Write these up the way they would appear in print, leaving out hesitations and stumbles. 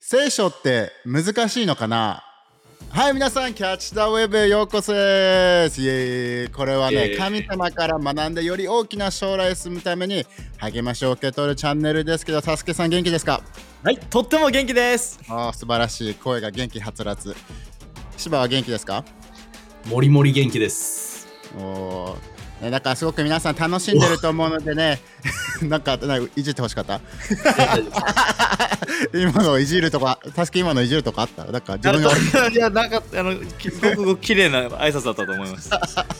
聖書って難しいのかな。はい、皆さん、キャッチ・ザ・ウェブへようこそです。イエーイ。これはね、神様から学んでより大きな将来へ進むために励ましを受け取るチャンネルですけど、サスケさん元気ですか？ はい、とっても元気です。 素晴らしい。声が元気はつらつ。芝は元気ですか？ もりもり元気です。 だからすごく皆さん楽しんでると思うのでねなんかいじってほしかった今のいじるとか、確か今のいじるとかあった？だから自分がいや、なんかごく綺麗な挨拶だったと思います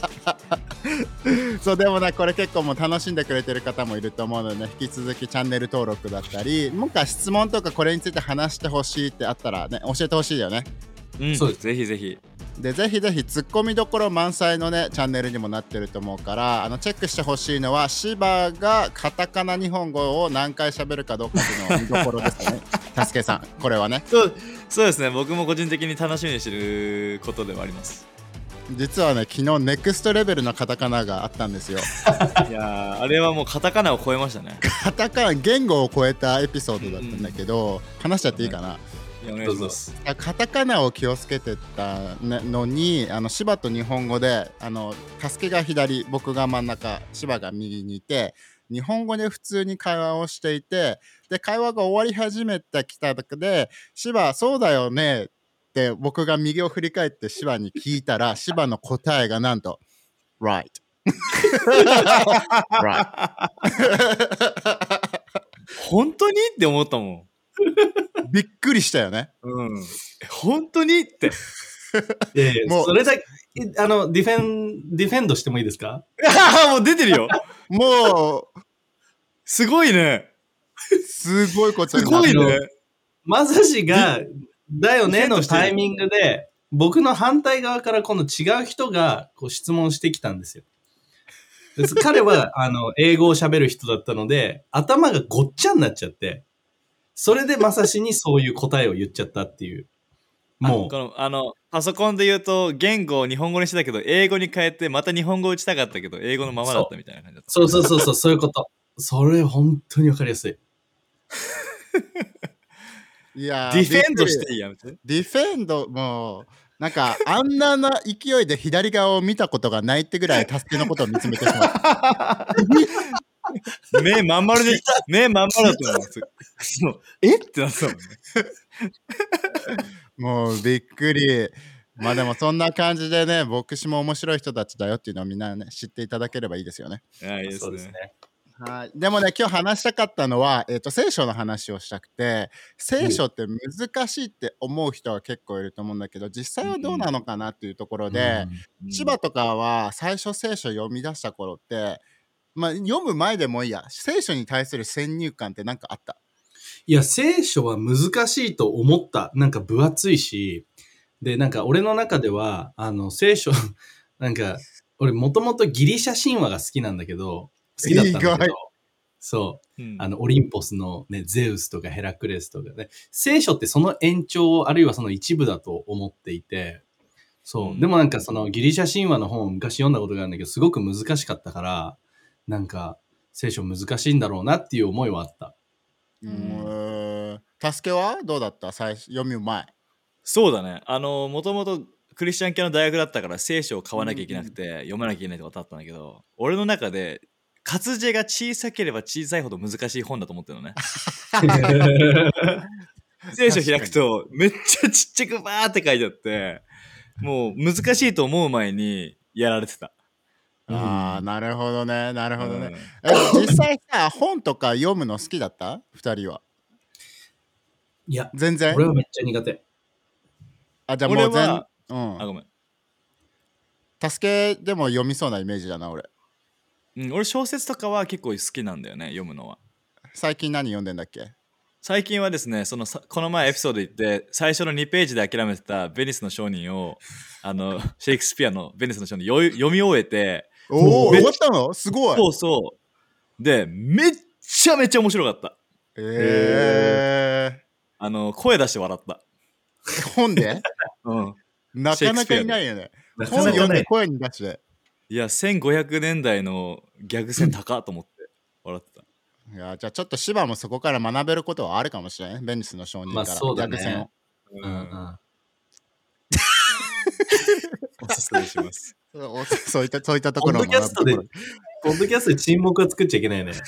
そう、でもね、これ結構もう楽しんでくれてる方もいると思うのでね、引き続きチャンネル登録だったり、もし質問とかこれについて話してほしいってあったらね、教えてほしいよね。 そうです。ぜひぜひで、ぜひぜひツッコミどころ満載のねチャンネルにもなってると思うから、チェックしてほしいのは芝がカタカナ日本語を何回喋るかどうかっていうのを見どころですねたすけさん、これはね。 そうですね。僕も個人的に楽しみにしてることではあります。 実はね、昨日ネクストレベルのカタカナがあったんですよいや、あれはもうカタカナを超えましたね。 カタカナ言語を超えたエピソードだったんだけど、話しちゃっていいかな？ お願いします。 カタカナを気をつけてたのに、芝と日本語でタスケが左、僕が真ん中、芝が右にいて、日本語で普通に会話をしていて、で会話が終わり始めてきた時で、芝そうだよねって僕が右を振り返って芝に聞いたら、芝の答えがなんと Right Right 本当にって思ったもん。 びっくりしたよね。 本当にってもうそれだけディフェンドしてもいいですか？ もう出てるよ。 もうすごいね。 すごいことになってすごいね。 まさしがだよねのタイミングで、僕の反対側からこの違う人がこう質問してきたんですよ。彼は英語を喋る人だったので、頭がごっちゃになっちゃって、それでまさしにそういう答えを言っちゃったっていう。もうこのパソコンで言うと言語を日本語にしてたけど英語に変えて、また日本語を打ちたかったけど英語のままだったみたいな感じだった。 そういうこと。それ本当にわかりやすい。 いやディフェンドしていいやめて。 ディフェンドもうなんかあんな勢いで左側を見たことがないってぐらいタスケのことを見つめてしまう目まん丸だと思う。えってなったもんね。 もうびっくり。まあでもそんな感じでね、牧師も面白い人たちだよっていうのをみんなね知っていただければいいですよね。 いいですね。 そうですね。 はい。でもね、今日話したかったのは、聖書の話をしたくて、聖書って難しいって思う人は結構いると思うんだけど、実際はどうなのかなっていうところで、千葉とかは最初聖書読み出した頃って、まあ読む前でもいいや、聖書に対する先入観って何かあった？ いや、聖書は難しいと思った。なんか分厚いし、で、なんか俺の中では、聖書、なんか、俺もともとギリシャ神話が好きなんだけど、好きだったんだけど、そう、オリンポスのね、ゼウスとかヘラクレスとかね、聖書ってその延長、あるいはその一部だと思っていて、そう、でもなんかそのギリシャ神話の本を昔読んだことがあるんだけど、すごく難しかったから、なんか、聖書難しいんだろうなっていう思いはあった。 助けはどうだった？最初読む前。 そうだね。もともとクリスチャン系の大学だったから聖書を買わなきゃいけなくて、読まなきゃいけないとかだったんだけど、俺の中で活字が小さければ小さいほど難しい本だと思ってるのね。聖書開くとめっちゃちっちゃくバーって書いてあって、もう難しいと思う前にやられてた。 なるほどね、なるほどね。実際さ、本とか読むの好きだった？二人は。 いや、 全然。 俺はめっちゃ苦手。 じゃあもうごめん。 助けでも読みそうなイメージだな、俺。 俺小説とかは結構好きなんだよね、読むのは。 最近何読んでんだっけ？ 最近はですね、この前エピソード言って最初の2ページで諦めてたベニスの商人をシェイクスピアのベニスの商人読み終えて、 終わったの？すごい。 そうでめっちゃめちゃ面白かった。声出して笑った。 本で？なかなかいないよね。本読んで声に出して。 いや、1500年代のギャグ線高と思って笑ってた。 いやじゃあちょっと芝もそこから学べることはあるかもしれない。ベニスの証人からまあそうだ逆線を。 ね。うんうん。 おすすめします。 そういったところをポッドキャストで、沈黙は作っちゃいけないね。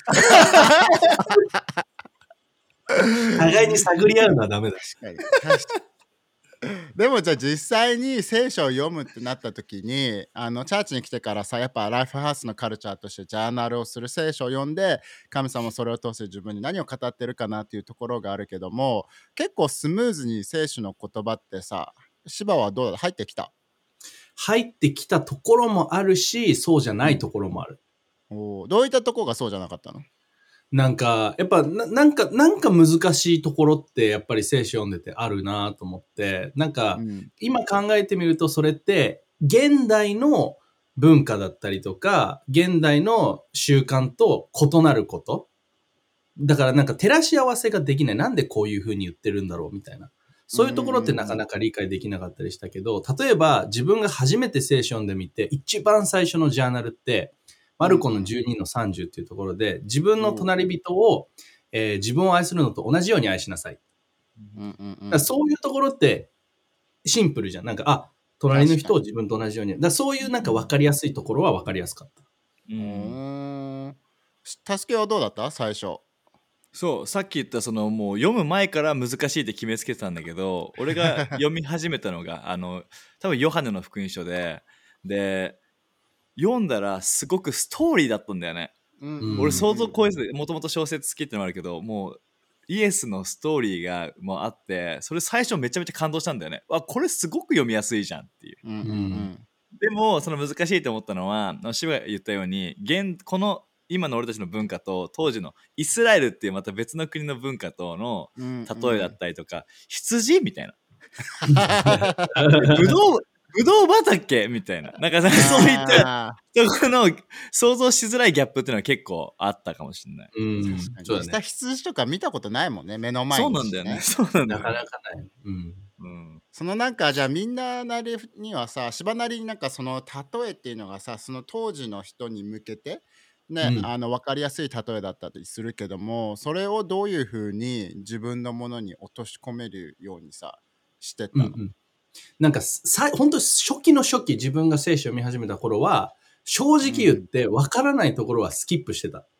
互いに探り合うのはダメだ。 確かにでもじゃあ実際に聖書を読むってなった時にチャーチに来てからさやっぱライフハウスのカルチャーとしてジャーナルをする聖書を読んで神様もそれを通して自分に何を語ってるかなっていうところがあるけども結構スムーズに聖書の言葉ってさ芝はどうだ入ってきた？ 入ってきたところもあるし、そうじゃないところもある。 どういったところがそうじゃなかったの？ なんか、やっぱなんか難しいところってやっぱり聖書読んでてあるなと思って、なんか、今考えてみるとそれって現代の文化だったりとか、現代の習慣と異なること。だからなんか照らし合わせができない。なんでこういう風に言ってるんだろうみたいな。そういうところってなかなか理解できなかったりしたけど、例えば自分が初めて聖書読んでみて、一番最初のジャーナルって、マルコの12の30っていうところで、自分の隣人を、自分を愛するのと同じように愛しなさい。そういうところってシンプルじゃん。なんか、隣の人を自分と同じように。そういうなんか分かりやすいところは分かりやすかった。 助けはどうだった最初？ そうさっき言ったそのもう読む前から難しいって決めつけてたんだけど俺が読み始めたのが多分ヨハネの福音書で読んだらすごくストーリーだったんだよね。俺想像超えてもともと小説好きってのもあるけどもうイエスのストーリーがもうあってそれ最初めちゃめちゃ感動したんだよね。これすごく読みやすいじゃんっていう、でもその難しいと思ったのは渋が言ったようにこの今の俺たちの文化と当時のイスラエルっていうまた別の国の文化との例えだったりとか、羊みたいなぶどう畑みたいななんかそういったところの想像しづらいギャップっていうのは結構あったかもしれない。 そうだね。羊とか見たことないもんね目の前に、 そうなんだよね。そうなんだよね。 なかなかない。 そのなんかじゃあみんななりにはさ芝なりになんかその例えっていうのがさその当時の人に向けてね、分かりやすい例えだったりするけどもそれをどういうふうに自分のものに落とし込めるようにさしてたの？ なんか本当初期の初期自分が聖書を見始めた頃は正直言って分からないところはスキップしてた。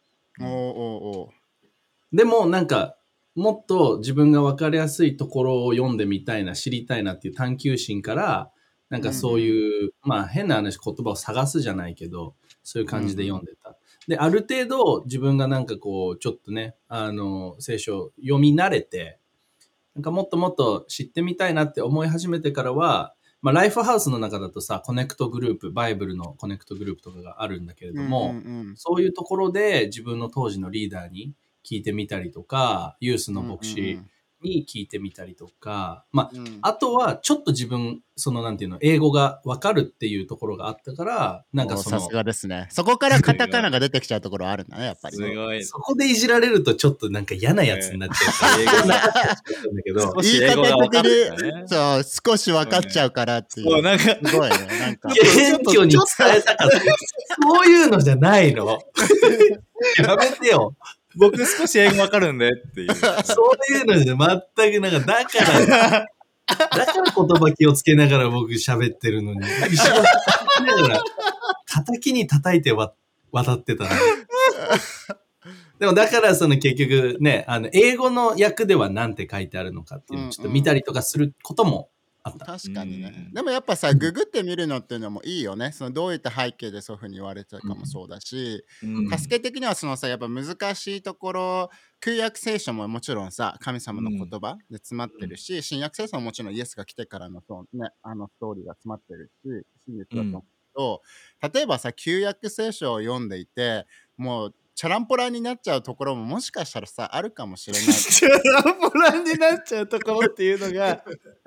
でもなんかもっと自分が分かりやすいところを読んでみたいな知りたいなっていう探求心からなんかそういう、まあ変な話言葉を探すじゃないけどそういう感じで読んでた。で、ある程度自分がなんかこう、ちょっとね、聖書読み慣れて、なんかもっともっと知ってみたいなって思い始めてからは、まあライフハウスの中だとさ、コネクトグループ、バイブルのコネクトグループとかがあるんだけれども、そういうところで自分の当時のリーダーに聞いてみたりとか、ユースの牧師に聞いてみたりとか、まあ、あとはちょっと自分なんていうの英語が分かるっていうところがあったからなんかさすがですね。そこからカタカナが出てきちゃうところあるんだねやっぱり。 すごい。 そこでいじられるとちょっとなんか嫌なやつになっちゃうから、 言い方的にそう少し分かっちゃうからっていう。 なんかすごいねなんか謙虚に伝えたからそういうのじゃないの。やめてよ。 僕少し英語わかるんでっていう。 そういうのじゃ全くなんか、だから言葉気をつけながら僕喋ってるのに。一緒に叩きに叩いて渡ってたの。でもだから結局ね、英語の訳では何て書いてあるのかっていうのをちょっと見たりとかすることもあった。 確かにね。でもやっぱさ、ググってみるのっていうのもいいよね。どういった背景でそういうふうに言われてたかもそうだし、助け的にはやっぱ難しいところ、旧約聖書ももちろんさ、神様の言葉で詰まってるし、新約聖書ももちろんイエスが来てからのストーリーが詰まってるし、真実だと思うけど、例えばさ、旧約聖書を読んでいて、もうチャランポランになっちゃうところももしかしたらさあるかもしれない。 チャランポランになっちゃうところっていうのが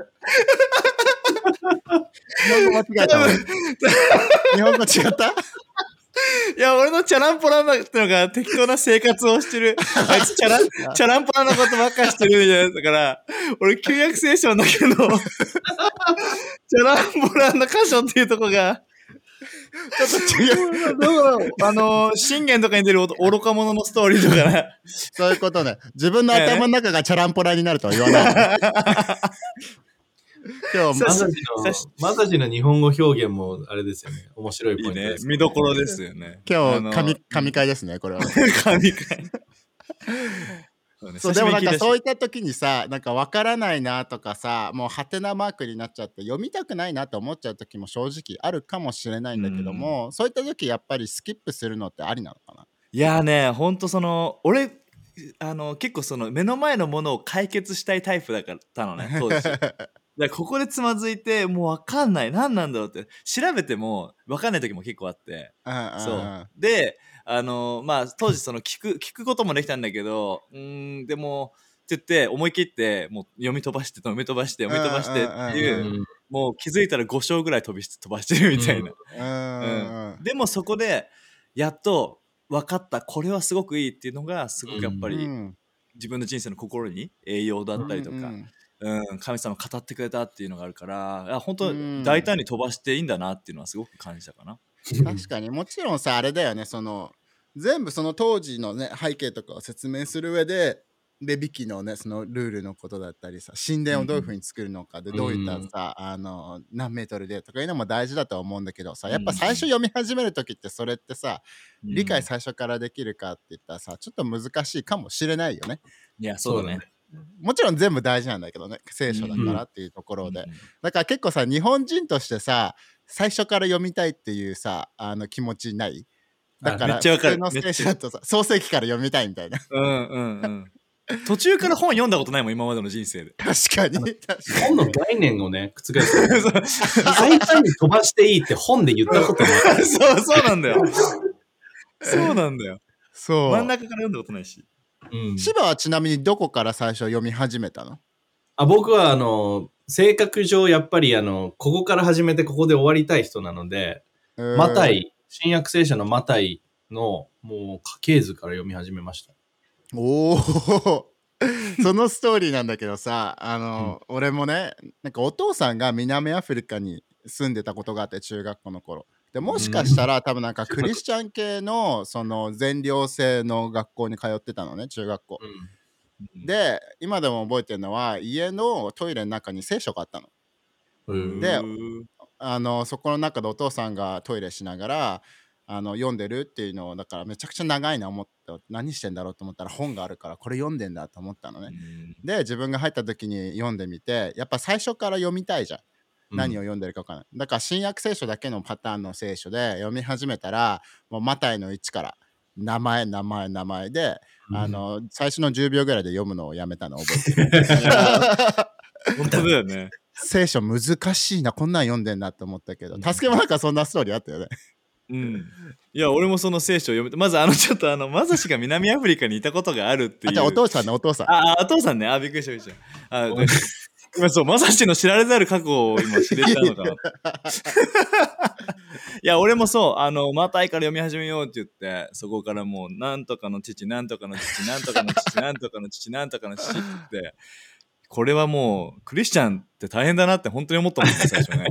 日本語間違えた。日本語違った？ いや俺のチャランポランってのが適当な生活をしてるあいつチャランポランのことばっかしてるみたいなやつだから俺旧約聖書の中のチャランポランの箇所っていうとこがちょっと違う。 信玄とかに出る愚か者のストーリーとかね。 そういうことね。自分の頭の中がチャランポラになるとは言わない、ね。今日まさしの日本語表現もあれですよね。面白いポイントです、 見どころですよね。 今日神回ですね、これは。 神回。 そうでもなんかそういった時にさ、なんか分からないなとかさ、もうハテナマークになっちゃって読みたくないなと思っちゃう時も正直あるかもしれないんだけども、そういった時やっぱりスキップするのってありなのかな？ いやね、ほんと俺結構目の前のものを解決したいタイプだったのね、当時。だここでつまずいてもう分かんない、何なんだろうって調べても分かんない時も結構あって、そうでまあ当時聞くこともできたんだけど、でもって言って思い切ってもう読み飛ばしてっていう、もう気づいたら5章ぐらい飛ばしてるみたいな、でもそこでやっと分かった、これはすごくいいっていうのがすごくやっぱり自分の人生の心に栄養だったりとか、神様語ってくれたっていうのがあるから、本当大胆に飛ばしていいんだなっていうのはすごく感じたかな。 確かにもちろんさ、あれだよね、全部その当時のね背景とかを説明する上でレビ記のねそのルールのことだったりさ、神殿をどういうふうに作るのかで、どういったさ何メートルでとかいうのも大事だと思うんだけどさ、やっぱ最初読み始める時ってそれってさ、理解最初からできるかって言ったらさ、ちょっと難しいかもしれないよね。 いやそうだね。 もちろん全部大事なんだけどね、聖書だからっていうところで、だから結構さ、日本人としてさ最初から読みたいっていうさ気持ちない？だから普通の聖書だとさ、創世記から読みたいみたいな。 途中から本読んだことないもん、今までの人生で。 確かに本の概念をね覆す。大胆に飛ばしていいって本で言ったことない。 そうなんだよ。そうなんだよ。 そう真ん中から読んだことないし。 芝はちなみにどこから最初読み始めたの？ 僕は性格上やっぱりここから始めてここで終わりたい人なので、マタイ、新約聖書のマタイのもう家系図から読み始めました。 おおそのストーリーなんだけどさ、俺もね、なんかお父さんが南アフリカに住んでたことがあって、中学校の頃で、もしかしたら多分なんかクリスチャン系のその全寮制の学校に通ってたのね、中学校、で今でも覚えてるのは家のトイレの中に聖書があったので、そこの中でお父さんがトイレしながら読んでるっていうのを、だからめちゃくちゃ長いな思って、何してんだろうと思ったら本があるからこれ読んでんだと思ったのね。で自分が入った時に読んでみて、やっぱ最初から読みたいじゃん、何を読んでるか分からない。だから新約聖書だけのパターンの聖書で読み始めたら、もうマタイの1から名前で、最初の10秒ぐらいで読むのをやめたのを覚えてる本当だよね。 聖書難しいな、こんなん読んでんなと思ったけど、助けもなんかそんなストーリーあったよね。 いや俺もその聖書を読めて、まずちょっとまさしが南アフリカにいたことがあるっていう。 じゃあお父さんね、お父さん。 お父さんね。びっくりした今そう、まさしの知られざる過去を今知れたのかな。いや俺もそうマタイから読み始めようって言って、そこからもうなんとかの父なんとかの父なんとかの父なんとかの父なんとかの父って言って、これはもうクリスチャンって大変だなって本当に思ったもんね、最初ね。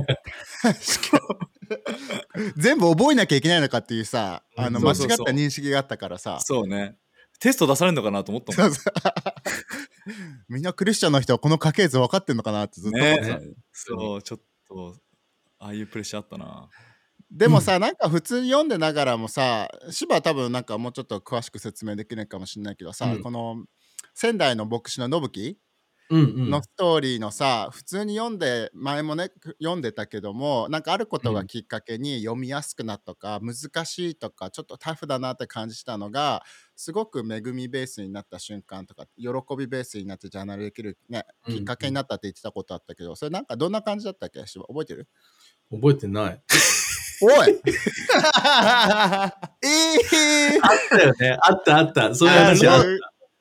全部覚えなきゃいけないのかっていうさ、間違った認識があったからさ。 そうね、テスト出されるのかなと思ったもん。 みんなクリスチャンの人はこの家系図分かってんのかなってずっと思ってた、 そう、ちょっとああいうプレッシャーあったな。 でもさ、なんか普通に読んでながらもさ、芝は多分なんかもうちょっと詳しく説明できないかもしれないけどさ、この仙台の牧師の信樹のストーリーのさ、普通に読んで、前もね読んでたけども、なんかあることがきっかけに読みやすくなったとか、難しいとかちょっとタフだなって感じたのが、すごく恵みベースになった瞬間とか、喜びベースになってジャーナルできる、ね、きっかけになったって言ってたことあったけど、それなんかどんな感じだったっけ、芝覚えてる？ 覚えてない。 おいあったよね。あった。そういう話あった。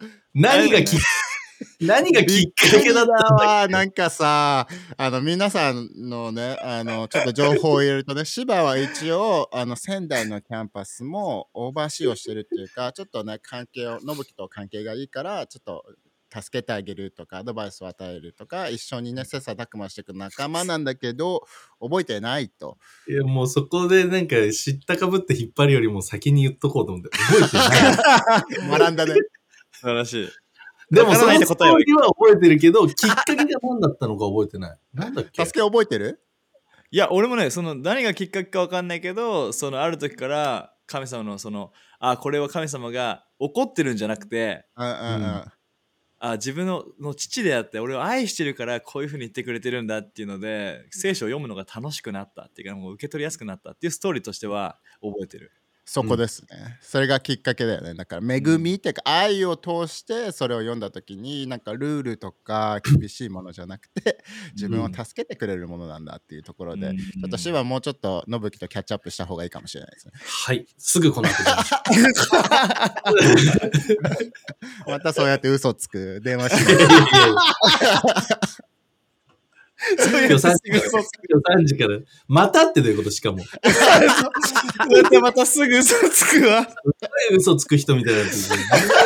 何がきっかけだったんだっけ？ なんかさ、皆さんのね、ちょっと情報を入れるとね、芝は一応仙台のキャンパスもオーバーシーをしてるっていうか、ちょっとね信樹と関係がいいからちょっと助けてあげるとかアドバイスを与えるとか一緒にね切磋琢磨していく仲間なんだけど覚えてないと。 いや、もうそこでなんか知ったかぶって引っ張るよりも先に言っとこうと思って、覚えてない。 学んだね。 素晴らしい。 でもそのスト答えはーリーは覚えてるけど、きっかけが何だったのか覚えてない。なんだっけ。 助け覚えてる？ いや俺もねその何がきっかけか分かんないけどそのある時から神様のそのこれは神様が怒ってるんじゃなくてうんうんうん自分の父であって俺を愛してるからこういう風に言ってくれてるんだっていうので聖書を読むのが楽しくなったっていうかもう受け取りやすくなったっていうストーリーとしては覚えてる。 そこですね、それがきっかけだよね。だから恵みっていうか愛を通してそれを読んだ時になんかルールとか厳しいものじゃなくて自分を助けてくれるものなんだっていうところで、ちょっとシはもうちょっとノブキとキャッチアップした方がいいかもしれないですね。 はい。すぐこの後出ましょう。 またそうやって嘘つく電話しいやいやいや今日3時から。またってどういうことしかも。 そうやってまたすぐ嘘つくわ。 嘘つく人みたいなやつ。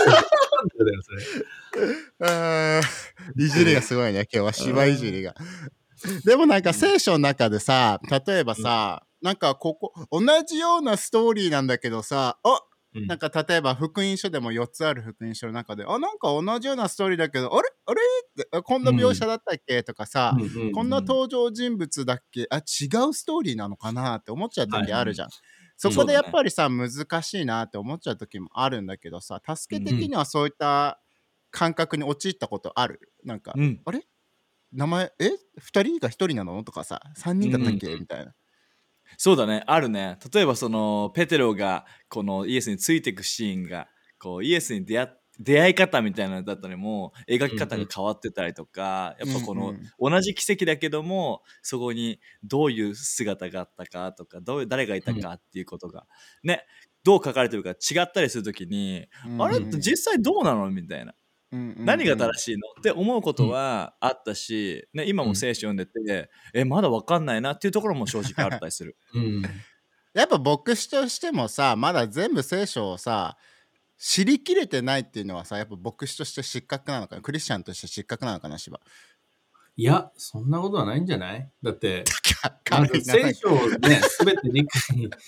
いじりがすごいね今日は芝いじりが。でもなんか聖書の中でさ例えばさ、なんかここ同じようなストーリーなんだけどさなんか例えば福音書でも4つある福音書の中でなんか同じようなストーリーだけどあれってこんな描写だったっけとかさ、こんな登場人物だっけ違うストーリーなのかなって思っちゃう時あるじゃん、そこでやっぱりさ難しいなって思っちゃう時もあるんだけどさ助け的にはそういった感覚に陥ったことある？なんか、あれ名前2人が1人なのとかさ3人だったっけ、みたいな。 そうだねあるね。例えばそのペテロがこのイエスについていくシーンがこうイエスに出会い方みたいなのだったりも描き方が変わってたりとか、やっぱこの同じ奇跡だけどもそこにどういう姿があったかとか誰がいたかっていうことがねどう書かれてるか違ったりするときに、あれって実際どうなのみたいな、何が正しいのって思うことはあったし、ね、今も聖書読んでて、まだ分かんないなっていうところも正直あったりする。 やっぱ牧師としてもさまだ全部聖書をさ知りきれてないっていうのはさやっぱ牧師として失格なのかな、クリスチャンとして失格なのかな、芝。 いや、そんなことはないんじゃない？だって、まず聖書をね、すべて理解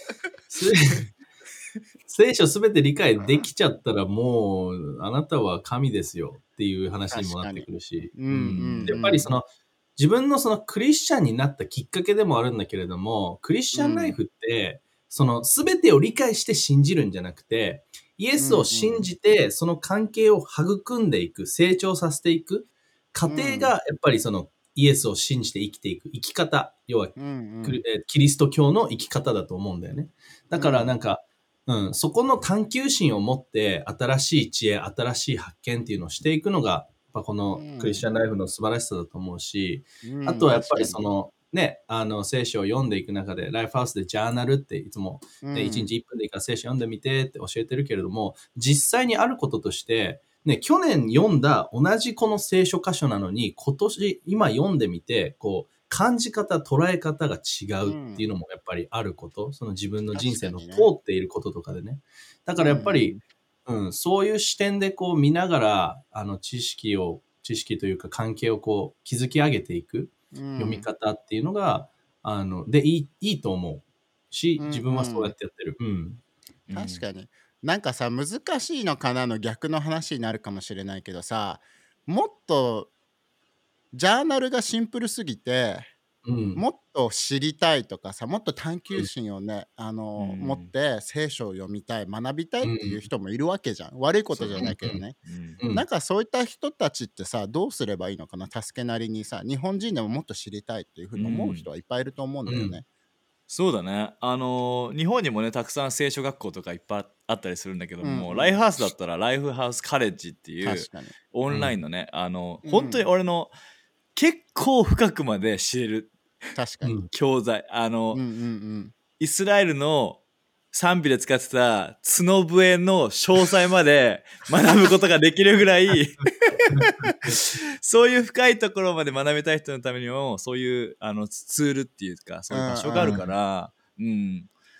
聖書すべて理解できちゃったらもうあなたは神ですよっていう話にもなってくるし、やっぱりその自分のそのクリスチャンになったきっかけでもあるんだけれども、クリスチャンライフってそのすべてを理解して信じるんじゃなくて、イエスを信じてその関係を育んでいく、成長させていく過程がやっぱりそのイエスを信じて生きていく生き方、要はキリスト教の生き方だと思うんだよね。だからなんか、そこの探求心を持って新しい知恵、新しい発見っていうのをしていくのが、やっぱこのクリスチャンライフの素晴らしさだと思うし、あとはやっぱりそのね、聖書を読んでいく中で、ライフハウスでジャーナルっていつも、ね、1日1分でいいから聖書読んでみてって教えてるけれども、実際にあることとして、ね、去年読んだ同じこの聖書箇所なのに、今読んでみて、こう、感じ方、捉え方が違うっていうのもやっぱりあること、その自分の人生の通っていることとかでね。だからやっぱり、そういう視点でこう見ながら、知識というか関係をこう築き上げていく読み方っていうのが、でいいと思うし、自分はそうやってやってる。 確かに。なんかさ難しいのかなの逆の話になるかもしれないけどさ、もっとジャーナルがシンプルすぎて、もっと知りたいとかさもっと探求心をね、持って聖書を読みたい学びたいっていう人もいるわけじゃん、悪いことじゃないけどね、なんかそういった人たちってさどうすればいいのかな。助けなりにさ日本人でももっと知りたいっていうふうに思う人はいっぱいいると思うんだよね。 そうだね。日本にもねたくさん聖書学校とかいっぱいあったりするんだけども、ライフハウスだったらライフハウスカレッジっていうオンラインのね、本当に俺の結構深くまで知れる確かに教材、イスラエルの賛美で使ってた角笛の詳細まで学ぶことができるぐらいそういう深いところまで学びたい人のためにもそういうツールっていうかそういう場所があるから、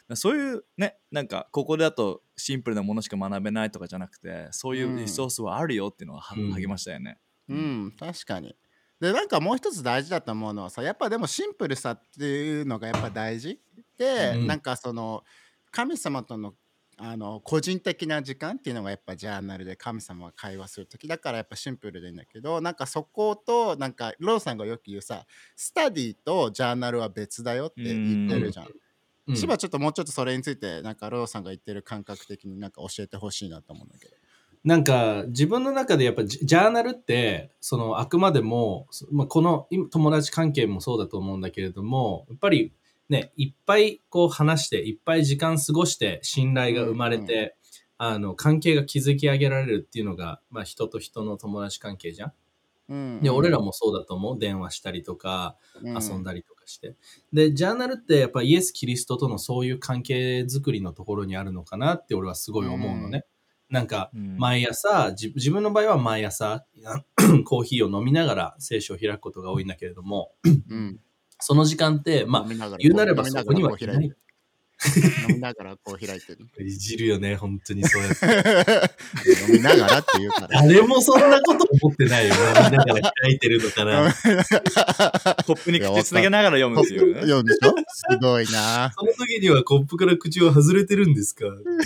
そういうね、なんかここだとシンプルなものしか学べないとかじゃなくて、そういうリソースはあるよっていうのは励ましたよね。 確かに。でなんかもう一つ大事だと思うのはさ、やっぱでもシンプルさっていうのがやっぱ大事で、なんかその神様との個人的な時間っていうのがやっぱジャーナルで神様が会話する時だからやっぱシンプルでいいんだけど、なんかそことなんかローさんがよく言うさ、スタディとジャーナルは別だよって言ってるじゃん。しばちょっともうちょっとそれについてなんかローさんが言ってる感覚的になんか教えてほしいなと思うんだけど。 なんか自分の中でやっぱジャーナルってそのあくまでも、この友達関係もそうだと思うんだけれども、やっぱりね、いっぱいこう話していっぱい時間過ごして信頼が生まれて、関係が築き上げられるっていうのが、人と人の友達関係じゃん。で、俺らもそうだと思う。電話したりとか遊んだりとかして、でジャーナルってやっぱイエス・キリストとのそういう関係づくりのところにあるのかなって俺はすごい思うのね。なんか毎朝、自分の場合は毎朝コーヒーを飲みながら聖書を開くことが多いんだけれども、その時間って言うなればそこにはいない。 飲みながらこう開いてる。 いじるよね、本当にそうやって。 飲みながらって言うから。 誰もそんなこと思ってないよ。飲みながら開いてるのかな。 コップに口つなげながら読むんですよね。 読むでしょ？すごいな。 その時にはコップから口は外れてるんですか？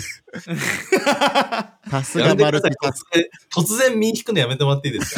さすがマルチタスク。 突然身引くのやめてもらっていいですか？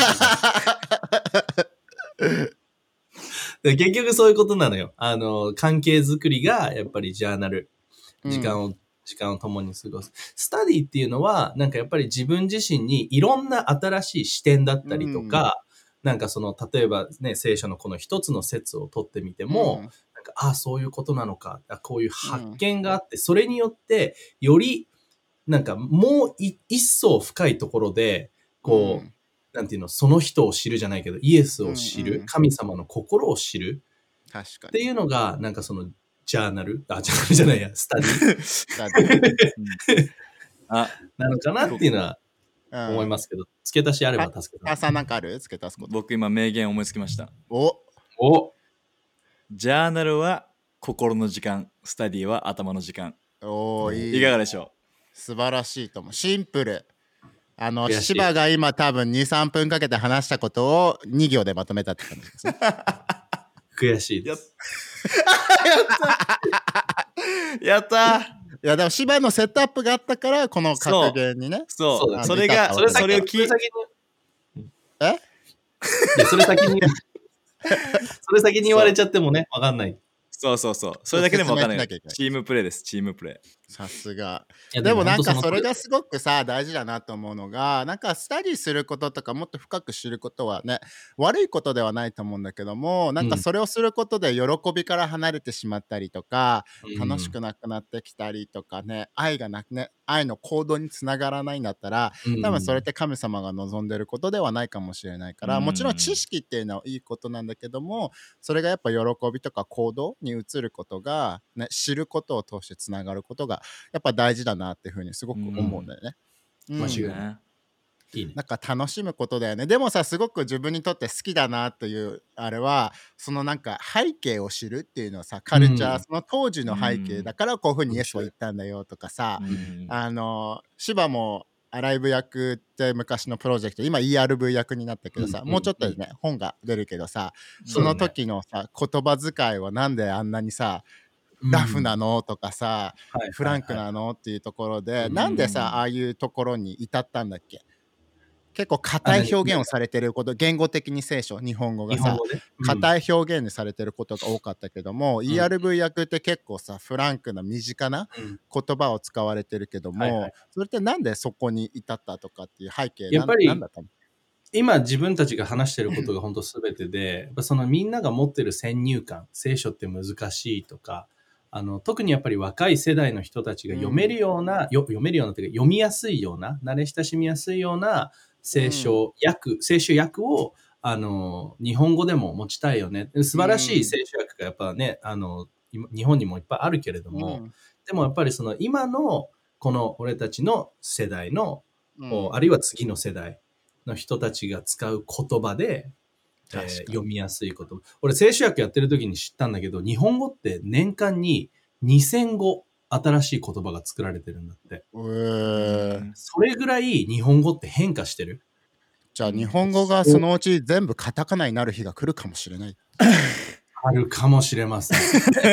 結局そういうことなのよ。関係づくりがやっぱりジャーナル。時間を共に過ごす。スタディっていうのは、なんかやっぱり自分自身にいろんな新しい視点だったりとか、なんかその、例えばね、聖書のこの一つの説を取ってみても、なんか、そういうことなのか、こういう発見があって、それによって、より、なんかもう一層深いところで、こう、なんていうの、その人を知るじゃないけど、イエスを知る、神様の心を知るっていうのが、なんかその、ジャーナルじゃないや、スタディなのかなっていうのは思いますけど、付け足しあれば助けます。 さんなんかある？付け足すこと。 僕今名言思いつきました。 おジャーナルは心の時間、スタディは頭の時間。いかがでしょう？素晴らしいと思う。シンプル。芝が今多分 2,3 分かけて話したことを2行でまとめたって感じですね。 悔しいです。 やったー。 いやでも芝のセットアップがあったからこの格言にね。 そうそれがそれを聞いてそれ先に言われちゃってもね分かんない。 そうそれだけでも分かんない。チームプレーです。チームプレー。 さすが。でもなんかそれがすごくさ大事だなと思うのが、なんかスタディすることとかもっと深く知ることはね悪いことではないと思うんだけども、なんかそれをすることで喜びから離れてしまったりとか、楽しくなくなってきたりとかね、愛の行動につながらないんだったら、多分それって神様が望んでることではないかもしれないから、もちろん知識っていうのはいいことなんだけども、それがやっぱ喜びとか行動に移ることが、ね、知ることを通してつながることがやっぱ大事だなっていうふうにすごく思うんだよね。 間違いない。いいね。 なんか楽しむことだよね。でもさ、すごく自分にとって好きだなというあれは、そのなんか背景を知るっていうのはさ、カルチャー、その当時の背景だからこういうふうにイエスは言ったんだよとかさ、芝もアライブ役って昔のプロジェクト、今 ERV 役になったけどさ、もうちょっとでね本が出るけどさ、その時のさ言葉遣いはなんであんなにさラフなのとかさ、フランクなのっていうところで、なんでさああいうところに至ったんだっけ？結構硬い表現をされてること、言語的に聖書、日本語がさ硬い表現にされてることが多かったけども、ERV 訳って結構さフランクな身近な言葉を使われてるけども、それってなんでそこに至ったとかっていう背景やっぱりなんだったの？ 今自分たちが話してることが本当全てで、そのみんなが持ってる先入観、聖書って難しいとか、特にやっぱり若い世代の人たちが読めるようなというか読みやすいような、慣れ親しみやすいような聖書訳を日本語でも持ちたいよね。素晴らしい聖書訳がやっぱね、日本にもいっぱいあるけれども、でもやっぱりその今のこの俺たちの世代の、あるいは次の世代の人たちが使う言葉で、読みやすい言葉。俺聖書訳やってる時に知ったんだけど、日本語って年間に2000語新しい言葉が作られてるんだって。それぐらい日本語って変化してる。 じゃあ日本語がそのうち全部カタカナになる日が来るかもしれない。 あるかもしれません。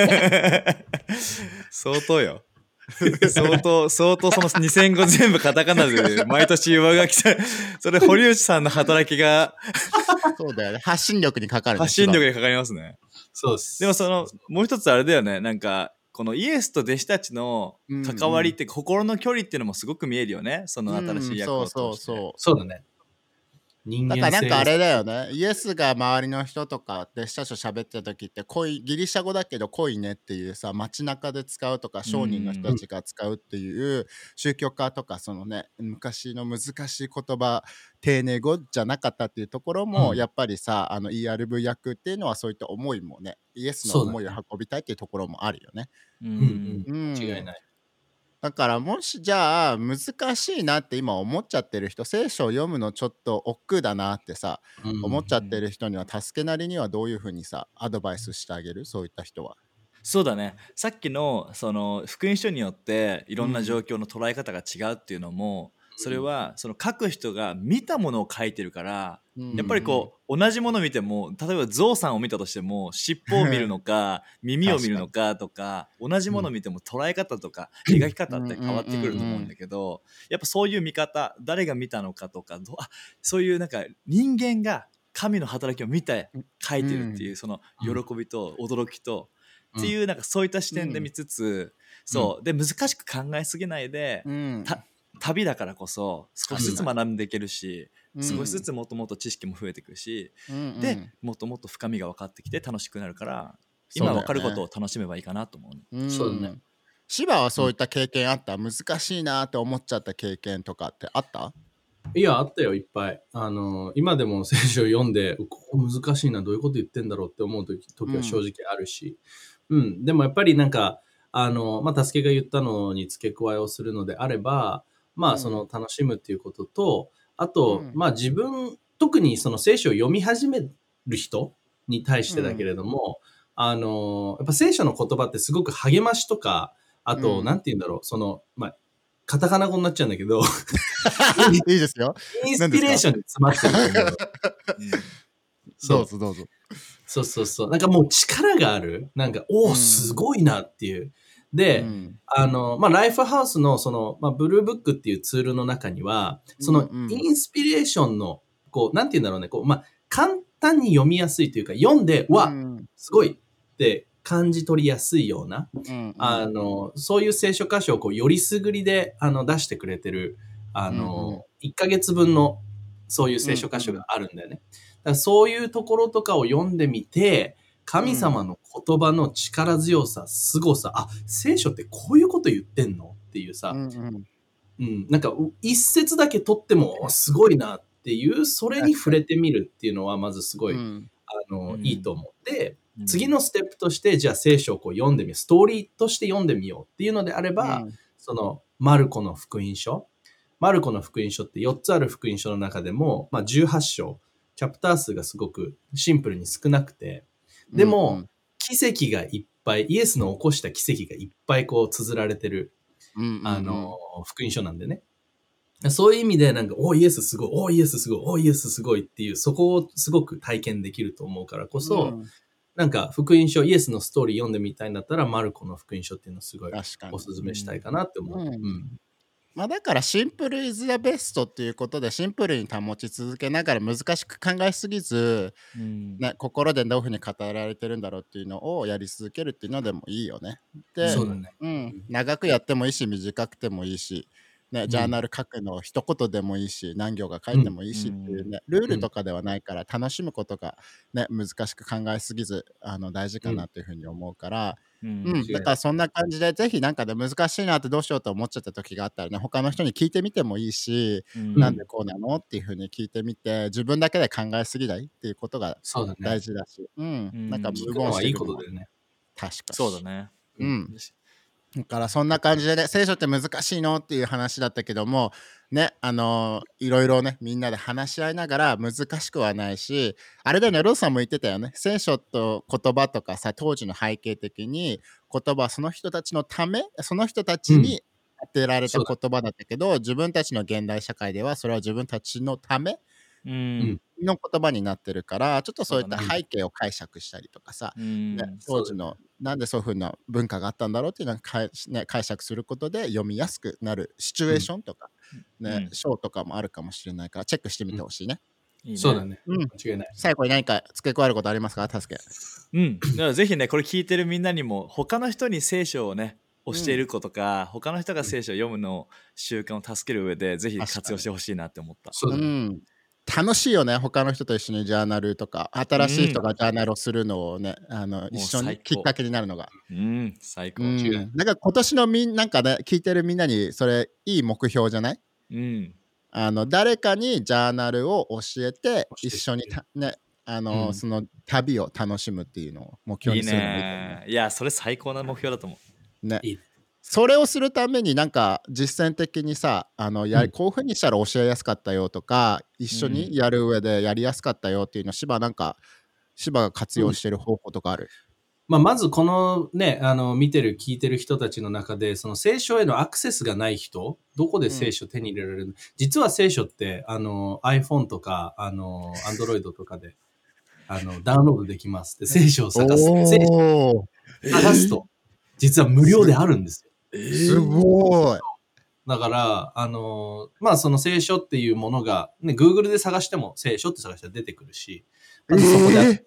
相当よ。相当その2000語全部カタカナで毎年上書きさ、それ堀内さんの働きがそうだよね。発信力にかかる、ね。 発信力にかかりますね。 そうです。 でももう一つあれだよね。なんかこのイエスと弟子たちの関わりって、心の距離っていうのもすごく見えるよね。その新しい役を通して。 そうだね。人間性だからなんかあれだよね。イエスが周りの人とか弟子たちと喋ってた時ってギリシャ語だけど恋ねっていうさ、街中で使うとか商人の人たちが使うっていう宗教家とかそのね、昔の難しい言葉丁寧語じゃなかったっていうところも、やっぱりさ、ERV 訳っていうのはそういった思いもね、イエスの思いを運びたいっていうところもあるよね。 間違いない。 だからもしじゃあ難しいなって今思っちゃってる人、聖書を読むのちょっと億劫だなってさ、思っちゃってる人には助けなりにはどういうふうにさアドバイスしてあげる？そういった人は。 そうだね。さっきのその福音書によっていろんな状況の捉え方が違うっていうのも、それはその書く人が見たものを書いてるから、やっぱりこう同じものを見ても、例えばゾウさんを見たとしても尻尾を見るのか耳を見るのかとか、同じものを見ても捉え方とか描き方って変わってくると思うんだけど、やっぱそういう見方、誰が見たのかとか、そういうなんか人間が神の働きを見て書いてるっていうその喜びと驚きとっていうなんかそういった視点で見つつ、そうで難しく考えすぎないで、旅だからこそ少しずつ学んでいけるし、少しずつもっともっと知識も増えてくるし、でもっともっと深みが分かってきて楽しくなるから、今分かることを楽しめばいいかなと思う。 そうだね。 芝はそういった経験あった？難しいなって思っちゃった経験とかってあった？ いや、あったよ、いっぱい。今でも聖書を読んで、ここ難しいな、どういうこと言ってんだろうって思う時は正直あるし。でもやっぱりなんか、助けが言ったのに付け加えをするのであれば、その楽しむっていうことと、あと、自分、特にその聖書を読み始める人に対してだけれども、やっぱ聖書の言葉ってすごく励ましとか、あと、なんて言うんだろう、カタカナ語になっちゃうんだけどいいですよ。 インスピレーションに詰まってると思う。 どうぞどうぞ。 そう。なんかもう力がある。なんか、すごいなっていう。で、ライフハウスのブルーブックっていうツールの中には、そのインスピレーションの、なんて言うんだろうね、簡単に読みやすいというか、読んで、すごいって感じ取りやすいような、そういう聖書箇所をよりすぐりで出してくれてる、1ヶ月分のそういう聖書箇所があるんだよね。だからそういうところとかを読んでみて、神様の言葉の力強さ、凄さ、聖書ってこういうこと言ってんのっていうさ、なんか一節だけ取ってもすごいなっていう、それに触れてみるっていうのはまずすごい、いいと思って、次のステップとして、じゃあ聖書を読んでみよう、ストーリーとして読んでみようっていうのであれば、そのマルコの福音書って4つある福音書の中でも、18章、チャプター数がすごくシンプルに少なくて、でも、奇跡がいっぱい、イエスの起こした奇跡がいっぱい綴られてる、福音書なんでね。そういう意味で、なんか、イエスすごい、イエスすごい、イエスすごいっていう、そこをすごく体験できると思うからこそ、なんか、福音書、イエスのストーリー読んでみたいんだったら、マルコの福音書っていうのをすごいお勧めしたいかなって思う。 だからシンプルイズザベストっていうことでシンプルに保ち続けながら難しく考えすぎず、心でどういうふうに語られてるんだろうっていうのをやり続けるっていうのでもいいよね。で、 そうだね。 長くやってもいいし短くてもいいし、ジャーナル書くの一言でもいいし何行が書いてもいいしっていうね、ルールとかではないから楽しむことが、難しく考えすぎず大事かなというふうに思うから、だからそんな感じでぜひなんかで難しいなってどうしようと思っちゃった時があったらね、他の人に聞いてみてもいいし、なんでこうなのっていうふうに聞いてみて、自分だけで考えすぎないっていうことが大事だし、なんか聞くのはいいことだよね。 確かそうだね。 だからそんな感じでね、聖書って難しいのっていう話だったけどもね、いろいろねみんなで話し合いながら難しくはないし、あれだよね、ローさんも言ってたよね、聖書と言葉とかさ、当時の背景的に言葉はその人たちのため、その人たちに当てられた言葉だったけど、自分たちの現代社会ではそれは自分たちのためうんの言葉になってるから、ちょっとそういったそうだ背景を解釈したりとかさ、 うんね、当時のなんでそういう風な文化があったんだろうっていうのを解釈することで読みやすくなるシチュエーションとか、ね、章とかもあるかもしれないからチェックしてみてほしいね。 いいね。 そうだね。 うん、 間違いない。 最後に何か付け加えることありますか、タスケ？ だからぜひね、これ聞いてるみんなにも他の人に聖書をね教える子とか、他の人が聖書を読むの習慣を助ける上でぜひ活用してほしいなって思った。 そうだね。 楽しいよね、他の人と一緒にジャーナルとか新しい人がジャーナルをするのをね、一緒にきっかけになるのが最高。 だから今年のなんかね、聞いてるみんなにそれいい目標じゃない？誰かにジャーナルを教えて一緒にね、その旅を楽しむっていうのを目標にするのもいいと思う。 いや、それ最高な目標だと思うね。それをするためになんか実践的にさ、こういうふうにしたら教えやすかったよとか、一緒にやる上でやりやすかったよっていうの、芝が活用してる方法とかある？ まずこのね、見てる聞いてる人たちの中で、その聖書へのアクセスがない人、どこで聖書手に入れられるの？実は聖書ってiPhone とかAndroid とかでダウンロードできます。で、聖書を探すと実は無料であるんですよ。 すごい。 だから、その聖書っていうものが、ね、Google で探しても聖書って探したら出てくるし、まずそこで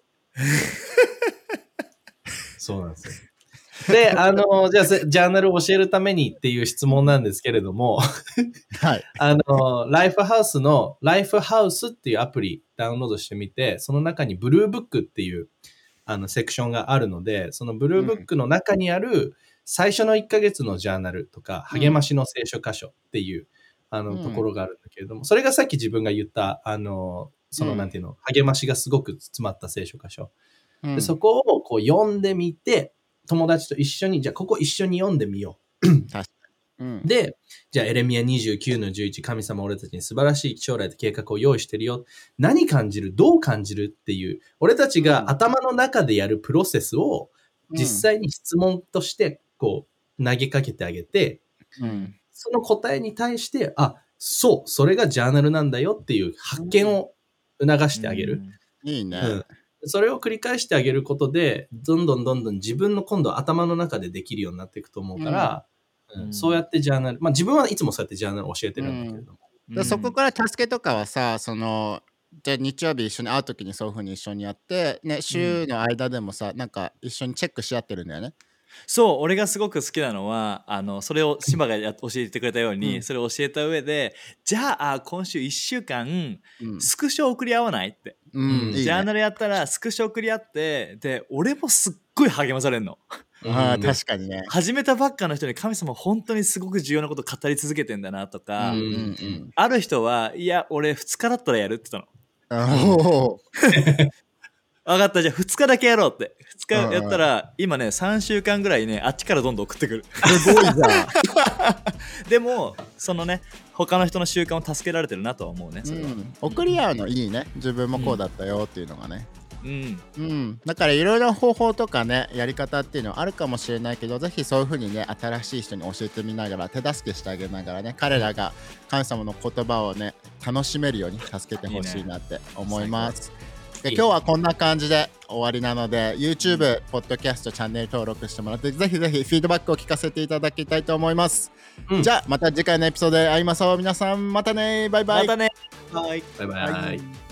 そうなんですよ。で、じゃあ、ジャーナルを教えるためにっていう質問なんですけれども、 はい。 ライフハウスのライフハウスっていうアプリダウンロードしてみて、その中にブルーブックっていうセクションがあるので、そのブルーブックの中にある最初の1ヶ月のジャーナルとか、励ましの聖書箇所っていうところがあるんだけれども、それがさっき自分が言ったそのなんていうの、励ましがすごく詰まった聖書箇所。でそこをこう読んでみて、友達と一緒に、じゃあここ一緒に読んでみよう。で、じゃあエレミヤ29の11、神様俺たちに素晴らしい将来と計画を用意してるよ。何感じる？どう感じる？っていう、俺たちが頭の中でやるプロセスを実際に質問としてこう投げかけてあげて、その答えに対して、それがジャーナルなんだよっていう発見を促してあげる。 いいね。 それを繰り返してあげることで、どんどん自分の今度頭の中でできるようになっていくと思うから、そうやってジャーナル、自分はいつもそうやってジャーナルを教えてるんだけれども。 でそこから助けとかはさ、じゃあ日曜日一緒に会うときにそういうふうに一緒にやって、ね、週の間でもさ、なんか一緒にチェックし合ってるんだよね。 そう、俺がすごく好きなのはそれを島が教えてくれたように、それを教えた上で、じゃあ今週1週間、スクショ送り合わないって、ジャーナルやったらスクショ送り合って、で俺もすっごい励まされるの。 確かにね。 始めたばっかの人に神様本当にすごく重要なこと語り続けてんだなとか、ある人はいや俺2日だったらやるって言ったの。分かった、じゃあ2日だけやろうって。2日やったら今ね3週間ぐらいねあっちからどんどん送ってくる。 すごいじゃん。 でもそのね他の人の習慣を助けられてるなとは思うね。それは送り合うのいいね。自分もこうだったよっていうのがね。だからいろいろな方法とかねやり方っていうのはあるかもしれないけど、ぜひそういう風にね新しい人に教えてみながら手助けしてあげながらね、彼らが神様の言葉をね楽しめるように助けてほしいなって思います。で今日はこんな感じで終わりなので YouTube、ポッドキャストチャンネル登録してもらって、ぜひぜひフィードバックを聞かせていただきたいと思います。じゃあまた次回のエピソードで会いましょう。皆さんまたね。バイバイ。 またね。 バイバイ。